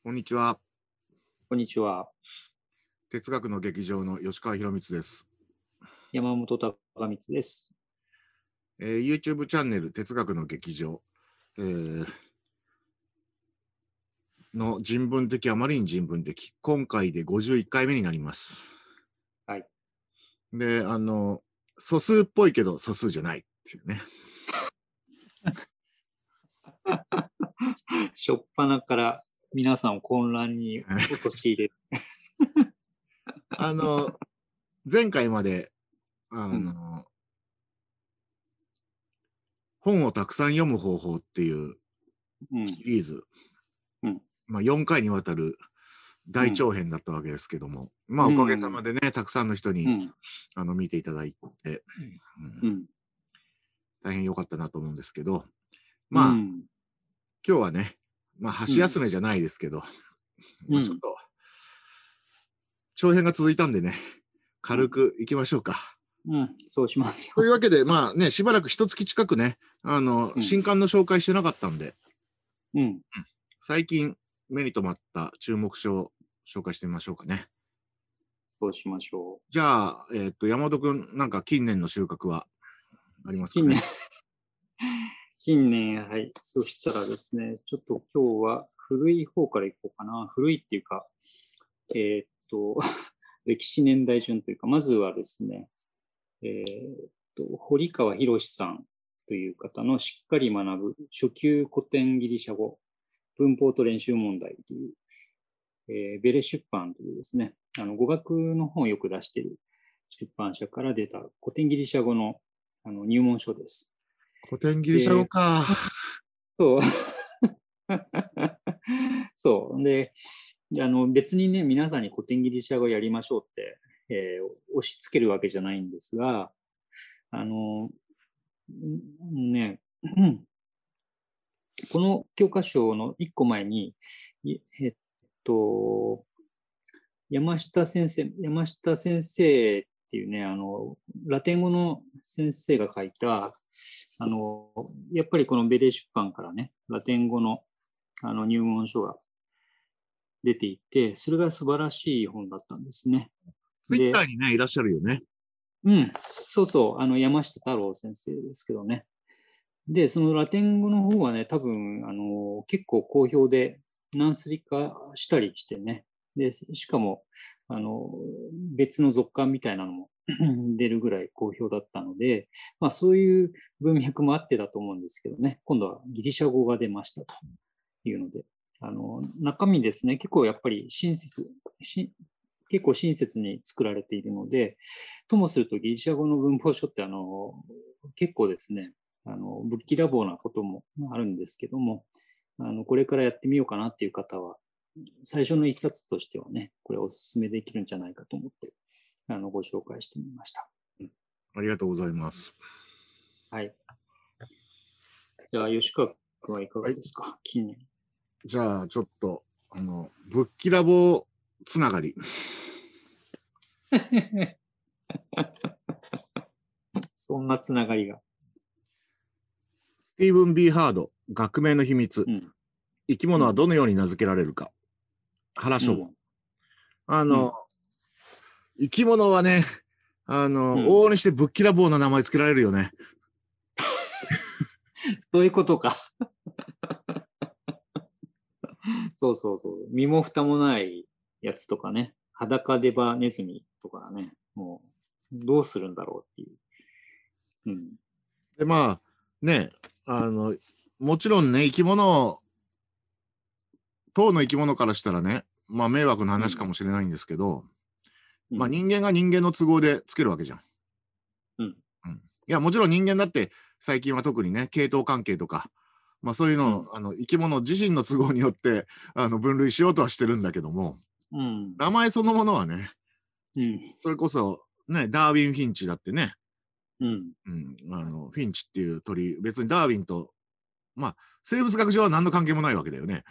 こんにちは。 こんにちは。 哲学の劇場の吉川博光です。 山本隆光です。 YouTube チャンネル哲学の劇場、の人文的あまりに人文的、今回で51回目になります。 はい。 で、素数っぽいけど素数じゃないっていうね。 初っ端から皆さんを混乱に陥れる。 前回まで、本をたくさん読む方法っていうシリーズ、4回にわたる大長編だったわけですけども、おかげさまでね、たくさんの人に、見ていただいて、大変良かったなと思うんですけど、今日はね、箸休めじゃないですけど、ちょっと長編が続いたんでね、軽くいきましょうか。 そうしますよ。 というわけで、しばらく一月近くね、新刊の紹介してなかったんで、最近目に留まった注目書を紹介してみましょうかね。 そうしましょう。 じゃあ、山本くん、なんか近年の収穫はありますかね。 近年、はい。そしたらですね、ちょっと今日は古い方からいこうかな。古いっていうか、歴史年代順というか、まずはですね、堀川博さんという方のしっかり学ぶ初級古典ギリシャ語文法と練習問題という、ベレ出版というですね、語学の本をよく出している出版社から出た古典ギリシャ語の入門書です。 古典ギリシャ語か。 そう。そう。で、別にね、皆さんに古典ギリシャ語やりましょうって、押し付けるわけじゃないんですが、この教科書の1個前に、山下先生っていうね、ラテン語の先生が書いた、やっぱりこのベレ出版からね、ラテン語の入門書が出ていて、それが素晴らしい本だったんですね。 ツイッターにね、いらっしゃるよね。 そうそう、山下太郎先生ですけどね。で、そのラテン語の方はね、多分、結構好評で、何スリ化したりしてね。で、しかも、別の続刊みたいなのも出るぐらい好評だったので、そういう文脈もあってだと思うんですけどね、今度はギリシャ語が出ましたというので、中身ですね、結構やっぱり結構親切に作られているので、ともするとギリシャ語の文法書って結構ですね、ぶっきらぼうなこともあるんですけども、これからやってみようかなっていう方は、最初の一冊としてはね、これお勧めできるんじゃないかと思って、ご紹介してみました。 ありがとうございます。 はい。じゃあ、吉川君はいかがですか、近年。 じゃあ、ちょっと、ぶっきらぼうつながり。 そんなつながりが。 スティーブン・ビー・ハード、学名の秘密。生き物はどのように名付けられるか。原書房。生き物はね、往々にしてぶっきらぼうな名前つけられるよね。 そういうことか。そうそうそう。身も蓋もないやつとかね。裸デバネズミとかね。もう、どうするんだろうっていう。 で、ね、もちろんね、等の生き物からしたらね、迷惑な話かもしれないんですけど、人間が人間の都合でつけるわけじゃん。いや、もちろん人間だって最近は特にね、系統関係とか、そういうのを、生き物自身の都合によって分類しようとはしてるんだけども、名前そのものはね、それこそね、ダーウィン・フィンチだってね、フィンチっていう鳥、別にダーウィンと、生物学上は何の関係もないわけだよね。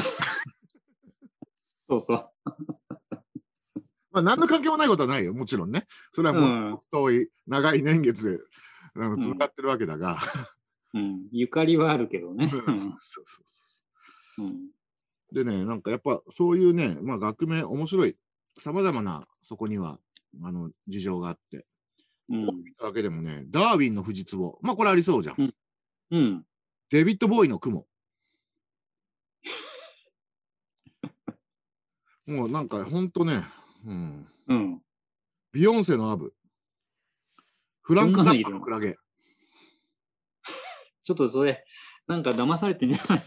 そうそう。 何の関係もないことはないよ、もちろんね。それはもう遠い、長い年月でつながってるわけだが。 ゆかりはあるけどね。 でね、なんかやっぱそういうね、まあ学名面白い、様々なそこには、事情があって。 うん。 だけでもね、ダーウィンの藤壺。まあこれありそうじゃん。 うん。うん。 デビッド・ボーイの雲。もうなんかほんとね、うん。 うん。 ビヨンセのアブ。フラそんンク・ザッなのいるの？ パのクラゲ。 ちょっとそれ、なんか騙されてんじゃない？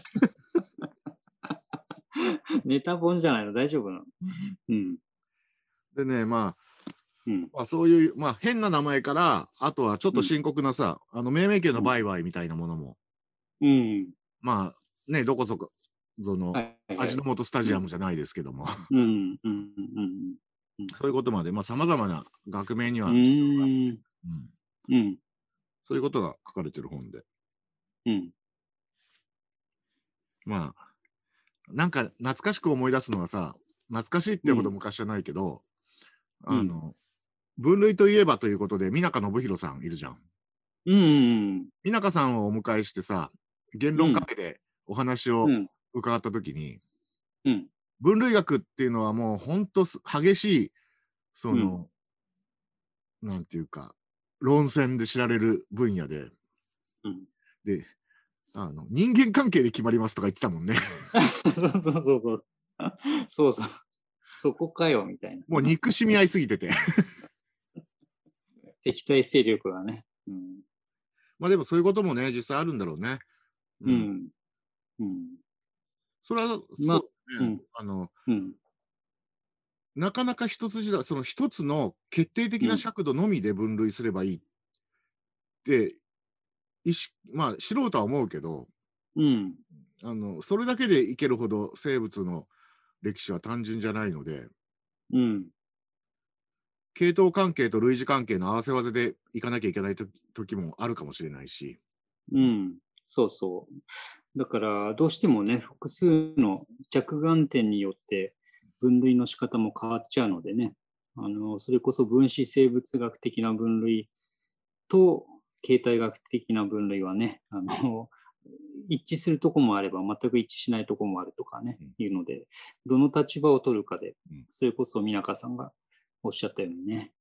ネタ本じゃないの？大丈夫なの？うん。 でね、 うん。 そういう、変な名前から、あとはちょっうん。 と深刻なさ、命名権のうん。 売買みたいなものも、 うん。 ね、どこそこ、その、 はいはい。 味の素スタうん。 ジアムじゃないですけども、 うん。うん。うん。うん。 そういうことまで、様々な学名にうは事情があって、 ーん。 うん、 うん。 そういうことが書かれてる本で。 うん。 まなんか懐かしく思い出すのはさ、懐かしいってほどうん。 昔じゃないけど、 うん。 あの、分類といえばということで、美中信弘さんいるじゃん。 うん。 美中さんをお迎えしてさ、言論カうん。 フェでお話をうん。 伺ったときに、 うん。 分類学っていうのはもうほんと激しい、そうん。 の、なんていうか、論戦で知られる分野で、 うん。 で、人間関係で決まりますとか言ってたもんね。 そうそうそうそう。そうそう。そこかよみたいな。 もう憎しみ合いすぎてて。 敵対勢力がね。うん。 でもそういうこともね、実際あるんだろうね。うん。 うん。うん。 それはまあ、 そうね。 うん。うん。 なかなか一筋だその一つの決定的うん。 な尺度のみで分類すればいいって、素人は思うけど、 うん。 それだけでいけるほど生物の歴史は単純じゃないので、 うん。 系統関係と類似関係の合わせ技でいかなきゃいけない時もあるかもしれないし。 うん。そうそう。だから、どうしてもね、複数の着眼点によって分類の仕方も変わっちゃうのでね、それこそ分子生物学的な分類と形態学的な分類はね、一致するとこもあれば全く一致しないとこもあるとかね、 うんいうので、どの立場を取るかで、 うん。 それこそ美中さんがおっしゃったようにね、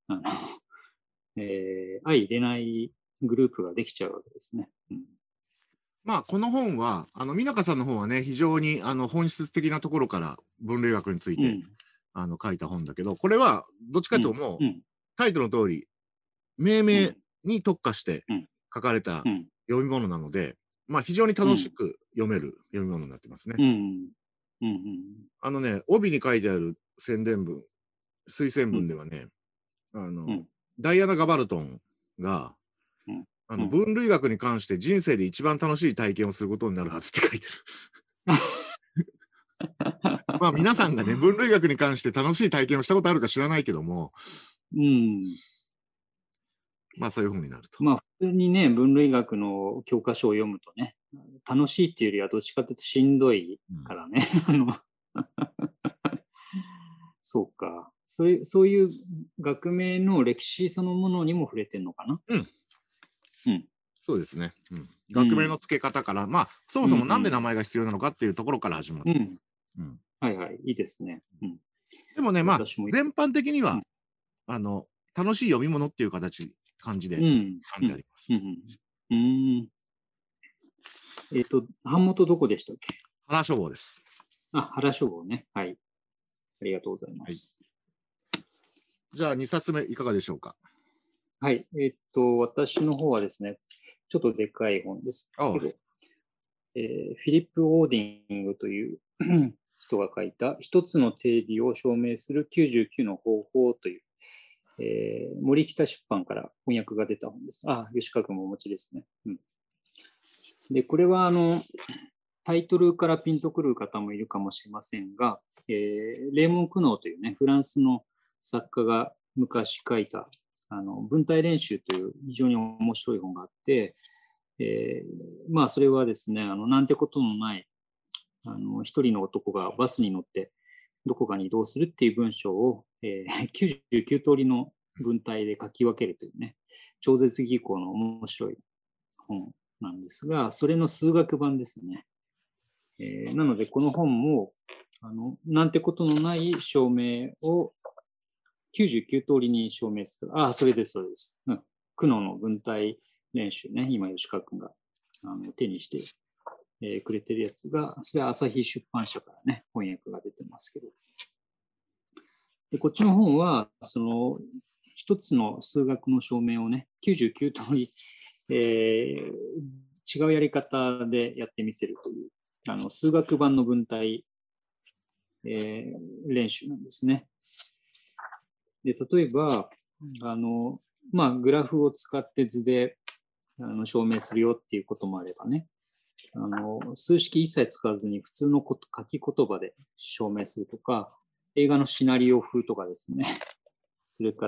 相入れないグループができちゃうわけですね。うん。 この本は、美中さんの方はね、非常に本質的なところから分類学についてうん。 書いた本だけど、これはどっちかうん。 というともううん。 タイトルの通り、命名うん。 に特化してうん。 書かれたうん。 読み物なので、非常にうん。 楽しく読める読み物になってますね。 うん。うん。 帯に書いてある宣伝文、推薦うん。 文ではね、あの、 うん。 ダイアナ・ガバルトンが、 うん。うん。 分類学に関して人生で一番楽しい体験をすることになるはずって書いてる。皆さんがね、分類学に関して楽しい体験をしたことあるか知らないけども、 うん。 そういう風になると。 普通にね、分類学の教科書を読むとね、楽しいっていうよりはどっちかというとしんどいうん。 からね。そうか。そういう学名の歴史そのものにも触れてんのかな。 うん、 うん。 そうですね。うん。学名のうん。 付け方から、そもうんうそもなんで名ん。 前が必要なのかっていうところから始まる。 うん。 うん。 はいはい。いいですね。うん。 でもね、 私も全般的には、 うん。 あの、楽しい読み物っていう感じでうん。 噛んうん。 であります。 うん。うん。版元どこでしたっけ？ 原書房です。 原書房ね。はい。ありがとうございまはい。 す。 じゃあ2冊目いかがでしょうか？ はい。私の方はですね、ちょっとでかい本ですああ、 けど、フィリップ・オーディングという人が書いた一つの定理を証明する99の方法という、森北出版から翻訳が出た本です。吉川君もお持ちですね。うん、で、これはタイトルからピンとくる方もいるかもしれませんが、レーモン・クノーというね、フランスの作家が昔書いた文体練習という非常に面白い本があって、それはですね、なんてことのない一人の男がバスに乗ってどこかに移動するっていう文章を、99通りの文体で書き分けるというね、超絶技巧の面白い本なんですが、それの数学版ですね。 なので、この本も、なんてことのない証明を99通りに証明する。それです、そうです。苦悩の文体練習ね、今、吉川君が手にして、くれてるやつが、それは朝日出版社からね、翻訳が出てますけど。でこっちの本は、一つの数学の証明をね、99通り、違うやり方でやってみせるという、数学版の文体、練習なんですね。で例えば、グラフを使って図で証明するよっていうこともあればね、数式一切使わずに普通の書き言葉で証明するとか、映画のシナリオ風とかですね。それから、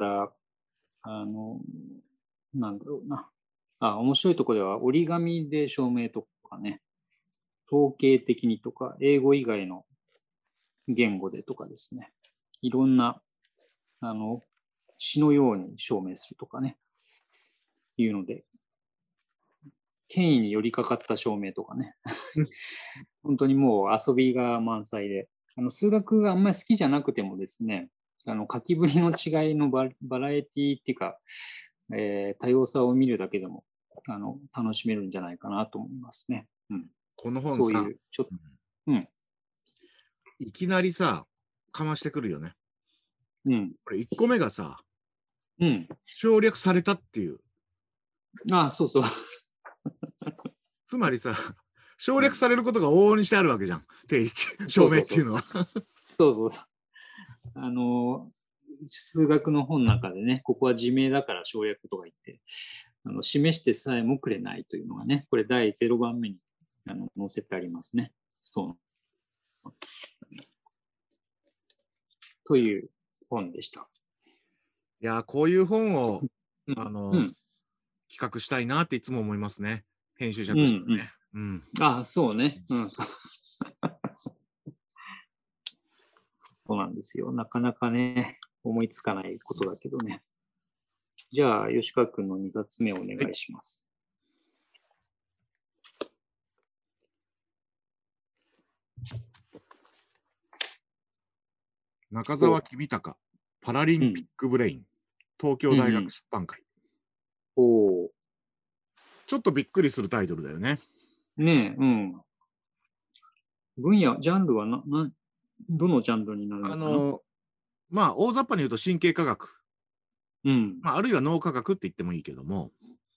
なんだろうな。面白いところでは折り紙で証明とかね、統計的にとか、英語以外の言語でとかですね、いろんな、詩のように証明するとかね、いうので、権威に寄りかかった証明とかね、本当にもう遊びが満載で、数学があんまり好きじゃなくてもですね、書きぶりの違いのバラエティっていうか、多様さを見るだけでも楽しめるんじゃないかなと思いますね。 この本さ、 そういうちょっと、 いきなりさ、かましてくるよね。これ1個目がさ、省略されたっていう。 そうそう。 つまりさ、省略されることが往々にしてあるわけじゃん。定理って証明っていうのは。 そう。数学の本の中でね、ここは自明だから省略とか言って、示してさえもくれないというのがね、これ第0番目に載せてありますね。そう。という本でした。 いや、こういう本を、企画したいなっていつも思いますね。編集者としてね。 そうね。そうなんですよ。なかなかね、思いつかないことだけどね。じゃあ、吉川君の2冊目お願いします。 中澤公隆、パラリンピックブレイン、東京大学出版会。ちょっとびっくりするタイトルだよね。 ねえ、分野、ジャンルはどのジャンルになるのかな？ 大雑把に言うと神経科学。あるいは脳科学って言ってもいいけども。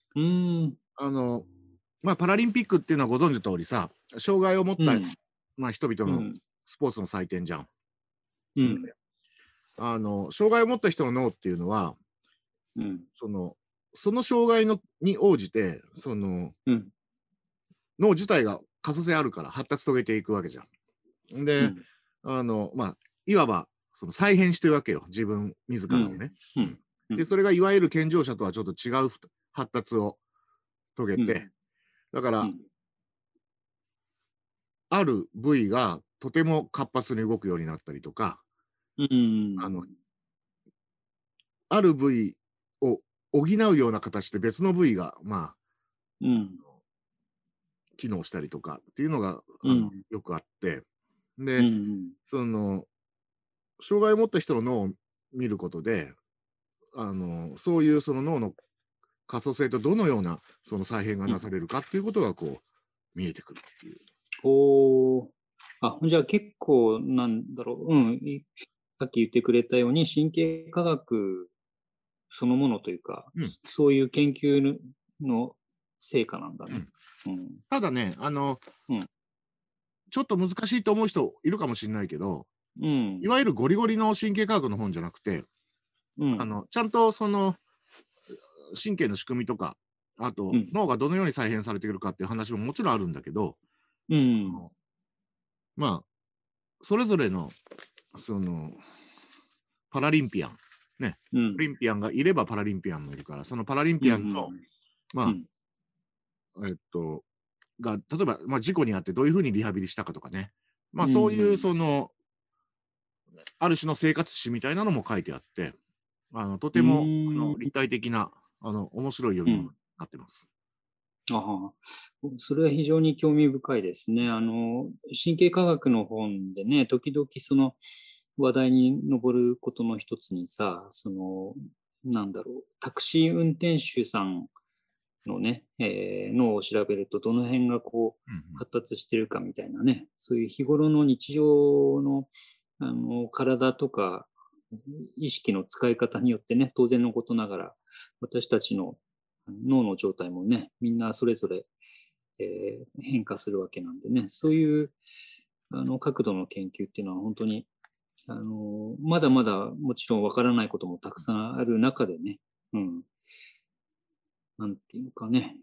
パラリンピックっていうのはご存知の通りさ、障害を持った、人々のスポーツの祭典じゃん。障害を持った人の脳っていうのは、その障害に応じて、脳自体が可塑性あるから発達遂げていくわけじゃん。で、いわば再編してるわけよ、自らをね。で、それがいわゆる健常者とはちょっと違う発達を遂げて、だから、ある部位がとても活発に動くようになったりとか、ある部位を補うような形で別の部位が、機能したりとかっていうのが、よくあって、で、障害を持った人の脳を見ることで、そういうその脳の可塑性とどのようなその再編がなされるかっていうことがこう見えてくるっていう。 じゃあ結構なんだろう、さっき言ってくれたように神経科学そのものというか、そういう研究の成果なんだね。 ただね、ちょっと難しいと思う人いるかもしれないけど、いわゆるゴリゴリの神経科学の本じゃなくて、ちゃんとその神経の仕組みとか、あと、脳がどのように再編されているかっていう話ももちろんあるんだけど、それぞれのパラリンピアンね、パラリンピアンがいればパラリンピアンもいるから、そのパラリンピアンの例えば、事故にあってどういうふうにリハビリしたかとかね、そういうある種の生活史みたいなのも書いてあって、とても立体的な面白い読み物になってます。 ああ、それは非常に興味深いですね。神経科学の本でね、時々その話題に上ることの一つにさ、なんだろう、タクシー運転手さんのね、脳を調べるとどの辺がこううん発達してるかみたいなね、そういう日頃の日常の、体とか意識の使い方によってね、当然のことながら、私たちの脳の状態もね、みんなそれぞれ、変化するわけなんでね、そういう角度の研究っていうのは本当にまだまだもちろんわからないこともたくさんある中でね、うん、なんていうかね、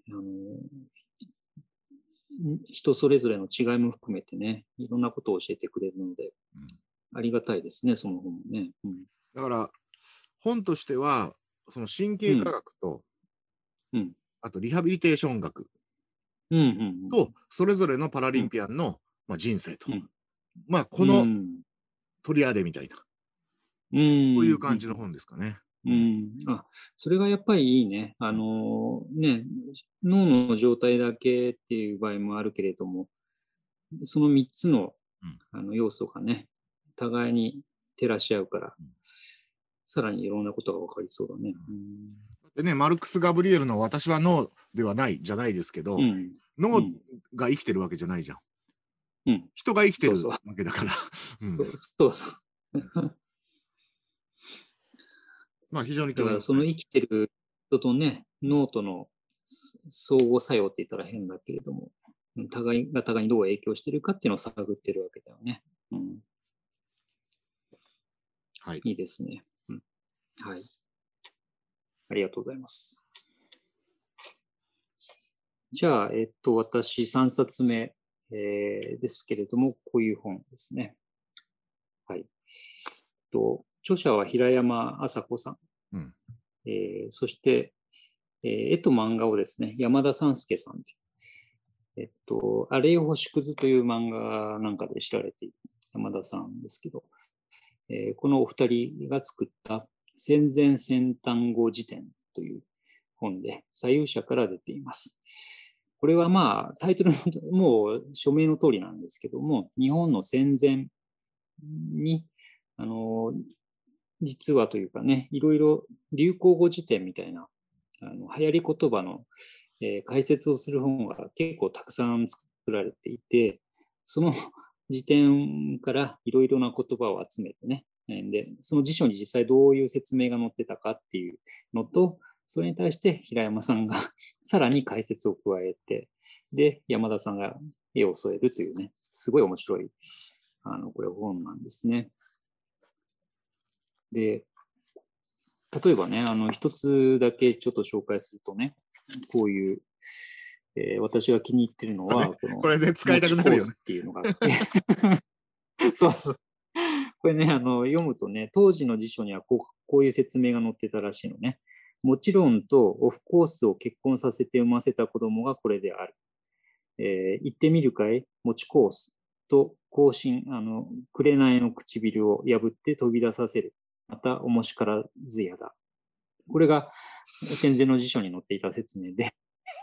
人それぞれの違いも含めてね、いろんなことを教えてくれるので、ありがたいですね、その本もね。うん、 だから本としてはその神経科うん、 学と、 うん、 あとリハビリテーション学うん、うん、 とそれぞれのパラリンうん、 ピアンの、人生と、 うん、 こうのん、 取り合でみたいな、 うん、 そういううん、 感じの本ですかね。 うん、それがやっぱりいいね。ね、脳の状態だけっていう場合もあるけれども、その3つの要素がね、互いに照らし合うから、さらにいろんなことが分かりそうだね。 でね、マルクス・ガブリエルの私は脳ではないじゃないですけど、 うん。う脳ん。 が生きてるわけじゃないじゃん。 うん。 人が生きてるそうそう。 わけだから。うん。 そうそう。 非常に興味だからその深い。 生きてる人とね、脳との相互作用って言ったら変だけれども、互いが互いにどう影響してるかっていうのを探ってるわけだよね。うん。 はい。 いいですね。うん。はい。ありがとうございます。じゃあ、私3冊目、ですけれども、こういう本ですね。はい。著者は平山麻子さん。 うん。 そして、絵と漫画をですね、山田三介さん。あれよ星屑という漫画なんかで知られている山田さんですけど、このお二人が作った戦前先端語辞典という本で、左右者から出ています。これはタイトルのもう署名の通りなんですけども、日本の戦前に、実はというかね、いろいろ流行語辞典みたいな、流行り言葉の、解説をする本が結構たくさん作られていて、その辞典からいろいろな言葉を集めてね、で、その辞書に実際どういう説明が載ってたかっていうのと、それに対して平山さんがさらに解説を加えて、で、山田さんが絵を添えるというね、すごい面白い、これ本なんですね。で、例えばね、一つだけちょっと紹介するとね、こういう、私が気に入ってるのは、 これで使いたくなコーるよね。 スっていうのがあって、そうそう。これね、読むとね、当時の辞書にはこういう説明が載ってたらしいのね。もちろんとオフコースを結婚させて産ませた子供がこれである。言ってみるかいもちコースと更新、紅の唇を破って飛び出させる。また、おもしからずやだ。これが戦前の辞書に載っていた説明で、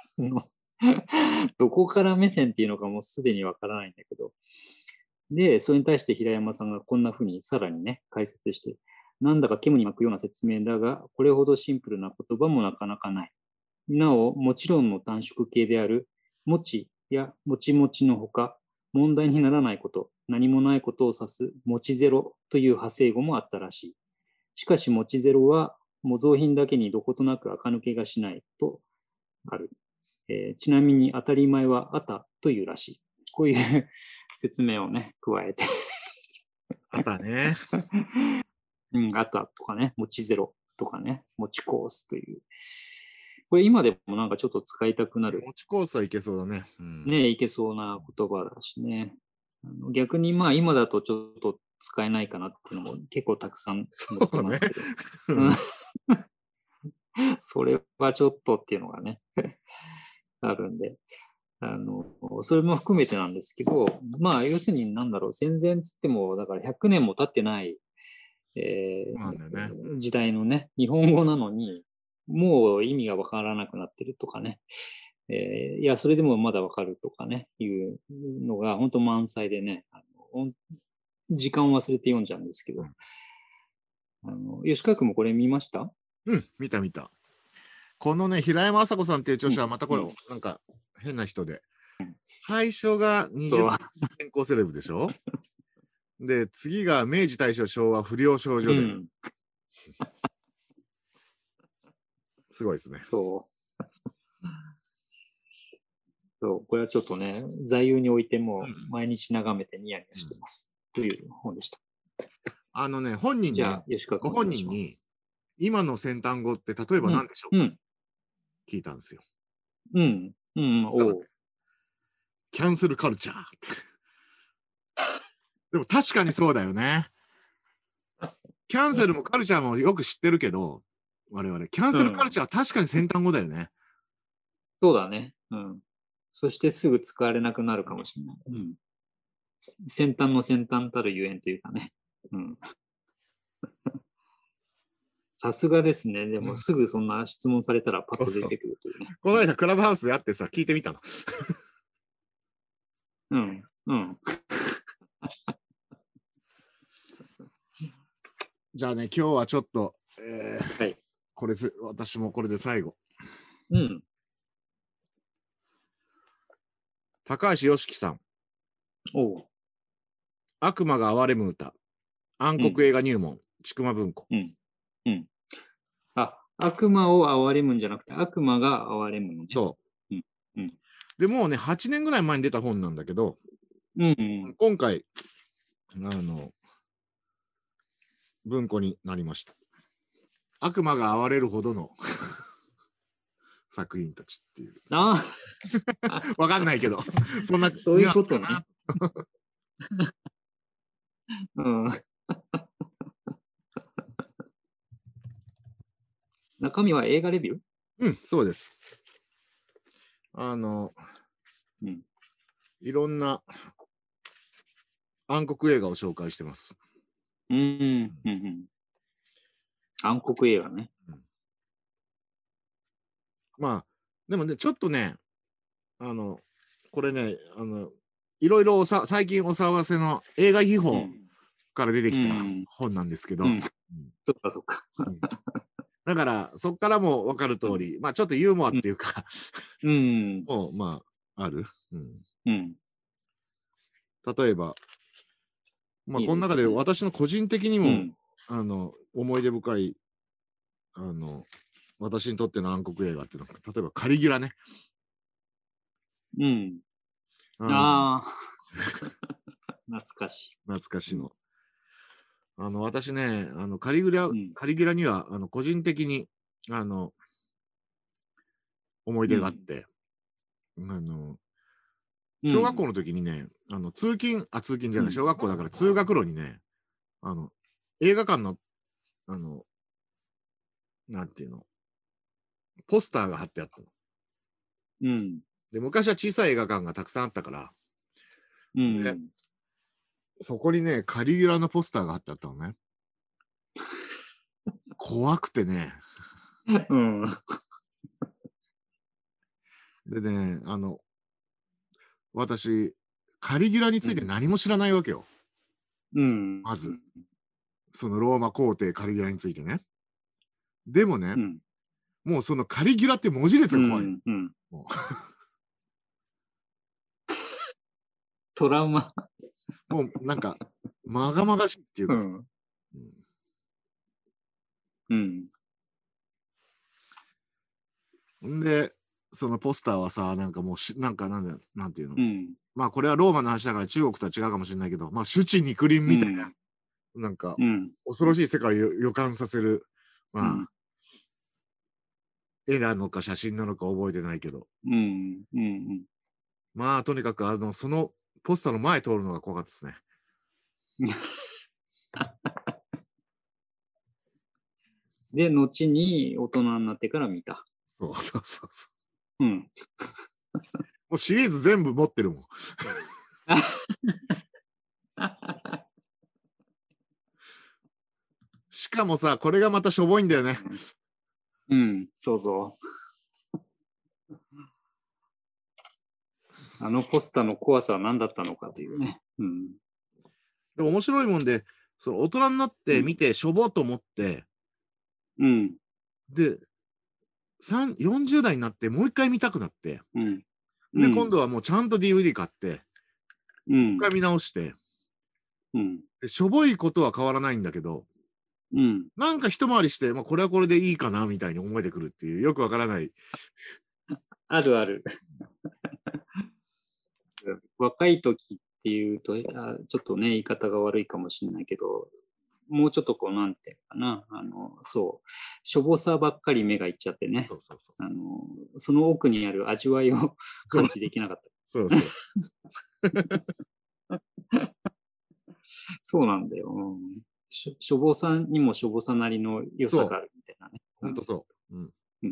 どこから目線っていうのかもうすでにわからないんだけど、で、それに対して平山さんがこんな風にさらにね、解説して、なんだか煙に巻くような説明だが、これほどシンプルな言葉もなかなかない。なお、もちろんの短縮形である、もちやもちもちのほか、問題にならないこと、何もないことを指す、もちゼロという派生語もあったらしい。しかし、もちゼロは模造品だけにどことなく垢抜けがしないとある。ちなみに当たり前はあたというらしい。こういう説明をね、加えてあったね。 あたとかね、もちゼロとかね、もちコースという。これ今でもなんかちょっと使いたくなる。 持ちコースはいけそうだね。うん。 ね、いけそうな言葉だしね。逆に今だとちょっと使えないかなっていうのも結構たくさん載ってますけど。それはちょっとっていうのがね、あるんで。それも含めてなんですけど、要するになんだろう、戦前つっても、だから100年も経ってない、 なんだよね。 時代のね、日本語なのに、もう意味がわからなくなってるとかね、 いや、それでもまだわかるとかね、いうのが本当満載でね、時間を忘れて読んじゃうんですけど、吉川君もこれ見ました？ うん、見た見た。このね、平山麻子さんっていう著者はまたこれ、なんか変な人で、最初が20世紀先行セレブでしょ。で、次が明治大正昭和不良少女で、すごいですね。 そう、これはちょっとね、座右に置いても毎日眺めてニヤニヤしてます。という本でした。 本人に、 じゃあ、吉川君お願いします。 今の先端語って例えば何でしょうか、聞いたんですよ。キャンセルカルチャーって。でも確かにそうだよね。キャンセルもカルチャーもよく知ってるけど、我々、キャンセルカルチャーは確かに先端語だよね。 そうだね。そしてすぐ使われなくなるかもしれない。先端の先端たるゆえんというかね。さすがですね。でもすぐそんな質問されたらパッと出てくるというね。 この間クラブハウスで会ってさ、聞いてみたの。じゃあね、今日はちょっと、はい、私もこれで最後。高橋良樹さん。悪魔が哀れむ歌。暗黒映画入門。ちくま文庫。 悪魔を憐れむんじゃなくて、悪魔が憐れむのね。 そう。でもうね、8年ぐらい前に出た本なんだけど、今回、文庫になりました。悪魔が哀れるほどの作品たちっていう。わかんないけど、 そういうことね。中身は映画レビュー？ そうです。いろんな暗黒映画を紹介してます。 暗黒映画ね。 まあ、でもね、ちょっとね、これね、いろいろ最近お騒がせの映画秘宝から出てきた本なんですけど。 そっかそっか。 だから、そっからも分かる通り、まあちょっとユーモアっていうか、もう、まあ、ある。例えば、まあこの中で私の個人的にも、思い出深い、私にとっての暗黒映画っていうのは、例えばカリギュラね。 懐かしい。 懐かしの。私ね、カリギュラには、個人的に、思い出があって、小学校の時にね、通勤じゃない、小学校だから通学路にね、映画館の、なんていうの、ポスターが貼ってあったの。で、昔は小さい映画館がたくさんあったから、でそこにね、カリギュラのポスターが貼ってあったのね。怖くてね。でね、私、カリギュラについて何も知らないわけよ。まず。そのローマ皇帝カリギュラについてね。でもね、もうそのカリギュラって文字列が怖い。 トラウマ。 もうなんか、まがまがしいっていうかさ。んで、そのポスターはさ、なんかもうなんていうの、まあこれはローマの話だから中国とは違うかもしれないけど、まあ朱地肉林みたいな、なんか、恐ろしい世界を予感させる、まあ、絵なのか写真なのか覚えてないけど。まあとにかくそのポスターの前通るのが怖かったですね。 で、後に大人になってから見た。 そう。もうシリーズ全部持ってるもん。しかもさ、これがまたしょぼいんだよね。 そうそう。 あのポスターの怖さは何だったのかというね。うん。 でも面白いもんで、その大人になって見てしょぼうと思って、 うん。 で、40代になってもう一回見たくなって、 うん。うで、 ん。 今度はもうちゃんと DVD 買って、もう一うん。 回見直して、 うん。 でしょぼいことは変わらないんだけど、 うん。 なんか一回りして、まあ、これはこれでいいかなみたいに思えてくるっていう、よくわからない。 あるある。若い時っていうと、ちょっとね、言い方が悪いかもしれないけど、もうちょっとこう、なんていうかな、そう、しょぼさばっかり目がいっちゃってね、 そうそうそう。 その奥にある味わいをそう感知できなかった。 そうそう。 そうなんだよ。しょぼさにもしょぼさなりの良さがあるみたいなね。 ほんとそう。うん。 うん。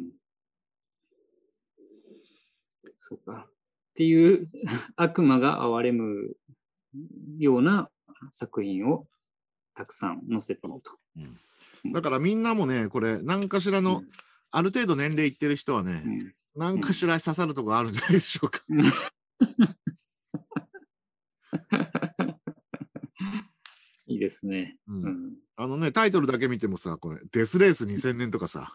そうか。っていう悪魔が憐れむような作品をたくさん載せていると。 だからみんなもね、これ、何かしらの、ある程度年齢いってる人はね、何かしら刺さるとこあるんじゃないでしょうか。 いいですね。 タイトルだけ見てもさ、これ、デスレース2000年とかさ。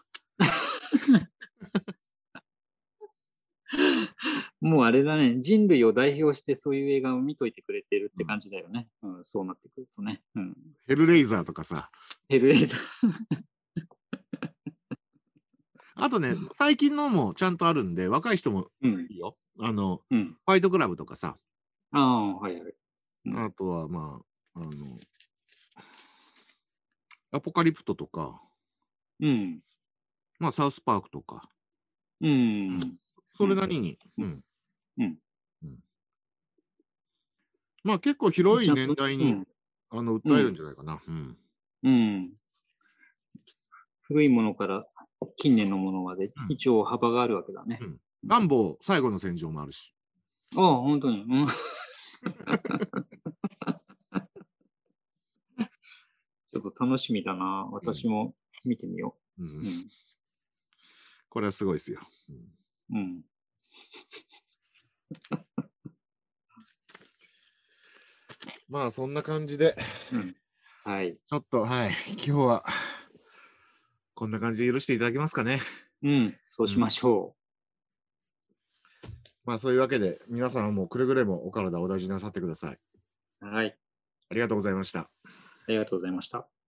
もうあれだね、人類を代表してそういう映画を見といてくれてるって感じだよね。そうなってくるとね。 ヘルレイザーとかさ。 ヘルレイザー。 あとね、最近のもちゃんとあるんで、若い人もいいよ。ファイトクラブとかさ。 ああ、はいはい。 あとは、まあ、アポカリプトとか、まあ、サウスパークとか。それなりに。まあ、結構広い年代に、訴えるんじゃないかな。 古いものから近年のものまで一応幅があるわけだね。 ランボー最後の戦場もあるし。 ああ、本当に。ちょっと楽しみだな。私も見てみよう。 これはすごいですよ。まあそんな感じで、 はい。 ちょっとはい、今日はこんな感じで許していただけますかね。 そうしましょう。まあそういうわけで皆さんはもうくれぐれもお体お大事なさってください。 はい。 ありがとうございました。 ありがとうございました。